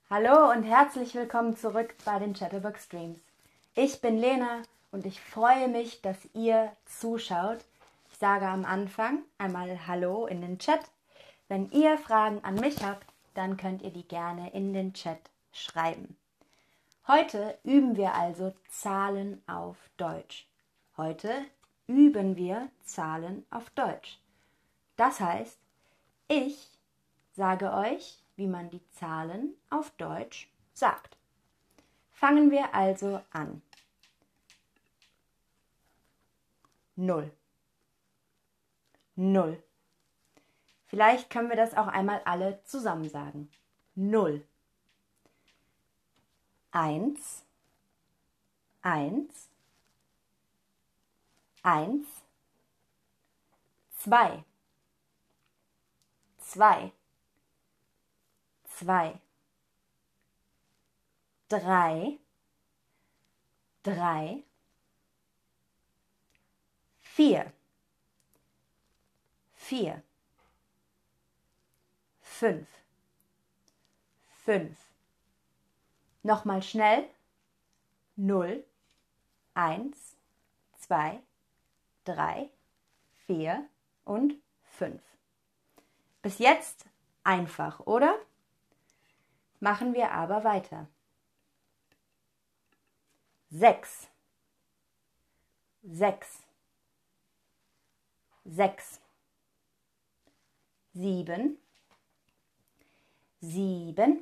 Hallo und herzlich willkommen zurück bei den Chatterbox Streams. Ich bin Lena und ich freue mich, dass ihr zuschaut. Ich sage am Anfang einmal Hallo in den Chat. Wenn ihr Fragen an mich habt, dann könnt ihr die gerne in den Chat schreiben. Heute üben wir also Zahlen auf Deutsch. Heute üben wir Zahlen auf Deutsch. Das heißt, ich sage euch, wie man die Zahlen auf Deutsch sagt. Fangen wir also an. 0. 0. Vielleicht können wir das auch einmal alle zusammen sagen. 0. 1. 1. 1. 2. 2. 2, 3, 3, 4, 4, 5, 5. Nochmal schnell. 0, 1, 2, 3, 4 und 5. Bis jetzt einfach, oder? Machen wir aber weiter. 6, 6, 6, 7, 7,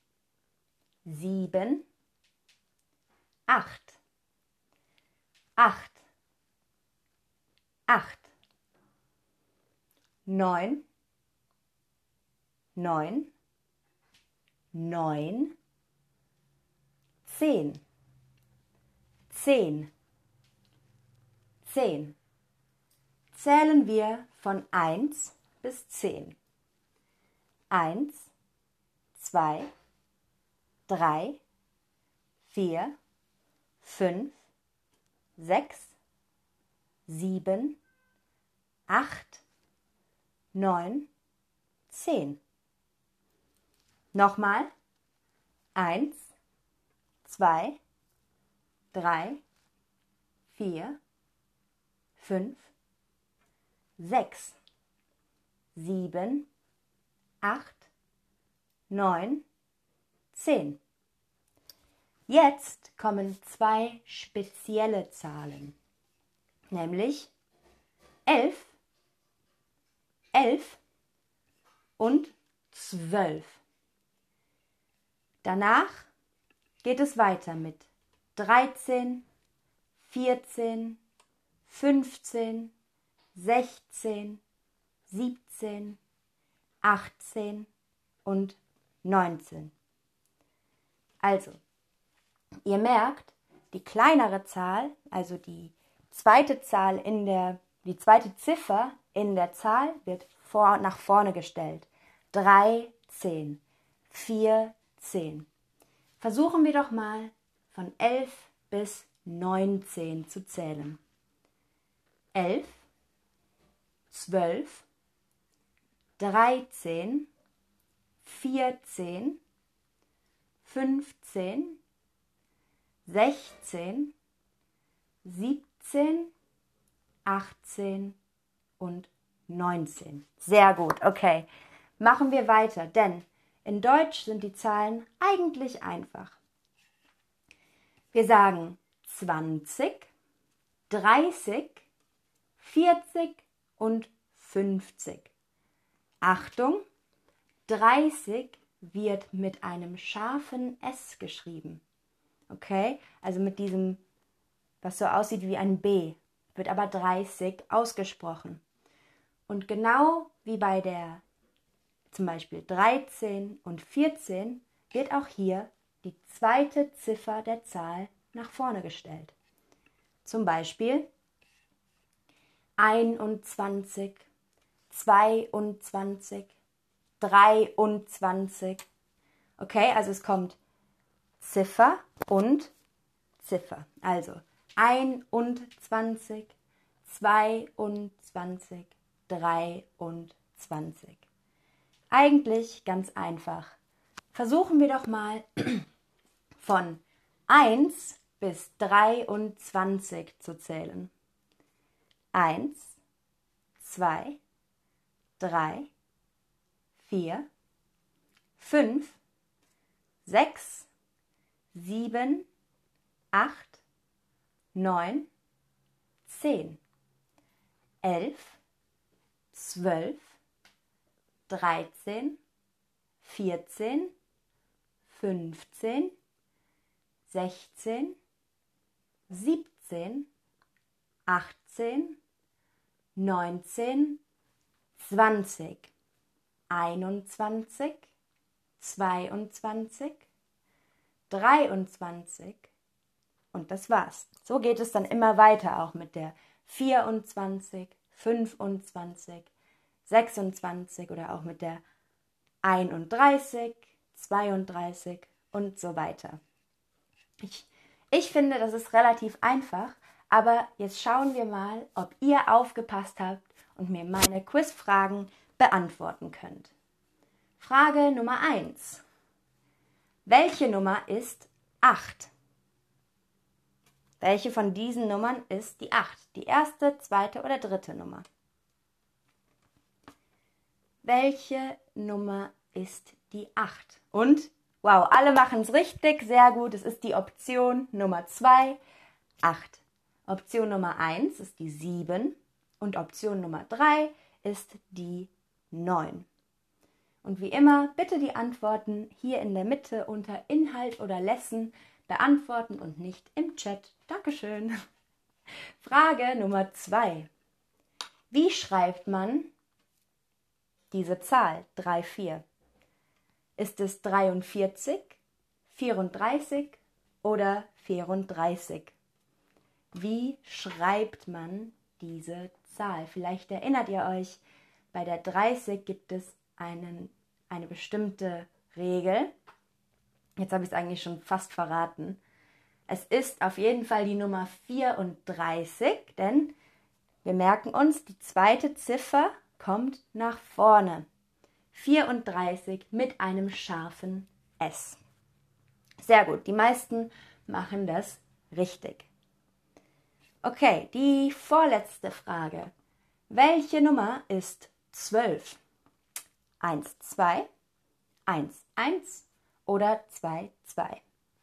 7, 8, 8, 8, 9, 9, 9, 10, 10, 10. Zählen wir von 1 bis 10. 1, 2, 3, 4, 5, 6, 7, 8, 9, 10. Nochmal. 1, 2, 3, 4, 5, 6, 7, 8, 9, 10. Jetzt kommen zwei spezielle Zahlen, nämlich 11, 11 und 12. Danach geht es weiter mit 13, 14, 15, 16, 17, 18 und 19. Also, ihr merkt, die kleinere Zahl, also die zweite Ziffer in der Zahl wird nach vorne gestellt. 13, 14. Versuchen wir doch mal von 11 bis 19 zu zählen. 11, 12, 13, 14, 15, 16, 17, 18 und 19. Sehr gut, okay. Machen wir weiter, denn in Deutsch sind die Zahlen eigentlich einfach. Wir sagen 20, 30, 40 und 50. Achtung, 30 wird mit einem scharfen S geschrieben. Okay, also mit diesem, was so aussieht wie ein B, wird aber 30 ausgesprochen. Und genau wie bei der zum Beispiel 13 und 14 wird auch hier die zweite Ziffer der Zahl nach vorne gestellt. Zum Beispiel 21, 22, 23. Okay, also es kommt Ziffer und Ziffer. Also 21, 22, 23. Eigentlich ganz einfach. versuchen wir doch mal von 1 bis 23 zu zählen. 1, 2, 3, 4, 5, 6, 7, 8, 9, 10, 11, 12, 13, 14, 15, 16, 17, 18, 19, 20, 21, 22, 23 und das war's. So geht es dann immer weiter, auch mit der 24, 25, 26 oder auch mit der 31, 32 und so weiter. Ich finde, das ist relativ einfach, aber jetzt schauen wir mal, ob ihr aufgepasst habt und mir meine Quizfragen beantworten könnt. Frage Nummer 1. Welche Nummer ist 8? Welche von diesen Nummern ist die 8? Die erste, zweite oder dritte Nummer? Welche Nummer ist die 8? Und, wow, alle machen es richtig, sehr gut. Es ist die Option Nummer 2, 8. Option Nummer 1 ist die 7 und Option Nummer 3 ist die 9. Und wie immer, bitte die Antworten hier in der Mitte unter Inhalt oder Lesson beantworten und nicht im Chat. Dankeschön. Frage Nummer 2. Wie schreibt man diese Zahl 3, 4? Ist es 43, 34 oder 34? Wie schreibt man diese Zahl? Vielleicht erinnert ihr euch, bei der 30 gibt es eine bestimmte Regel. Jetzt habe ich es eigentlich schon fast verraten. Es ist auf jeden Fall die Nummer 34, denn wir merken uns, die zweite Ziffer kommt nach vorne. 34 mit einem scharfen S. Sehr gut, die meisten machen das richtig. Okay, die vorletzte Frage. Welche Nummer ist 12? 1, 2, 1, 1 oder 2, 2?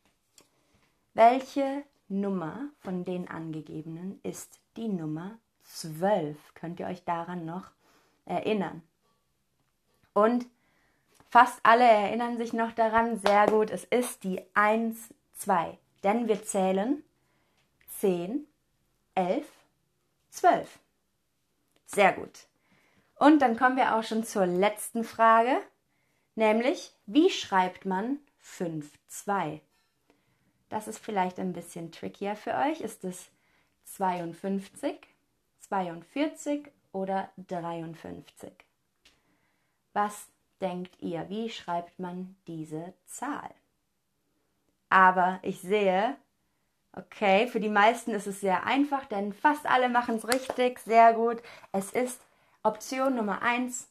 Welche Nummer von den angegebenen ist die Nummer 12? Könnt ihr euch daran noch erinnern? Und fast alle erinnern sich noch daran, sehr gut, es ist die 1, 2, denn wir zählen 10, 11, 12. Sehr gut. Und dann kommen wir auch schon zur letzten Frage, nämlich, wie schreibt man 5, 2? Das ist vielleicht ein bisschen trickier für euch. Ist es 52, 42 oder 53? Was denkt ihr? Wie schreibt man diese Zahl? Aber ich sehe, okay, für die meisten ist es sehr einfach, denn fast alle machen es richtig, sehr gut. Es ist Option Nummer 1,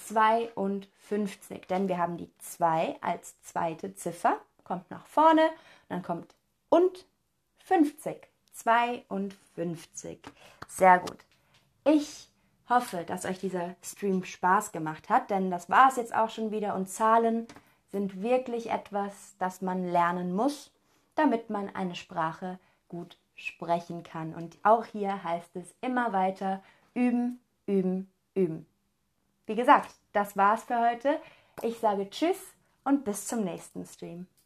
52, denn wir haben die 2 als zweite Ziffer, kommt nach vorne, dann kommt und 50, 52. Sehr gut. Ich hoffe, dass euch dieser Stream Spaß gemacht hat, denn das war es jetzt auch schon wieder und Zahlen sind wirklich etwas, das man lernen muss, damit man eine Sprache gut sprechen kann. Und auch hier heißt es immer weiter üben, üben, üben. Wie gesagt, das war's für heute. Ich sage Tschüss und bis zum nächsten Stream.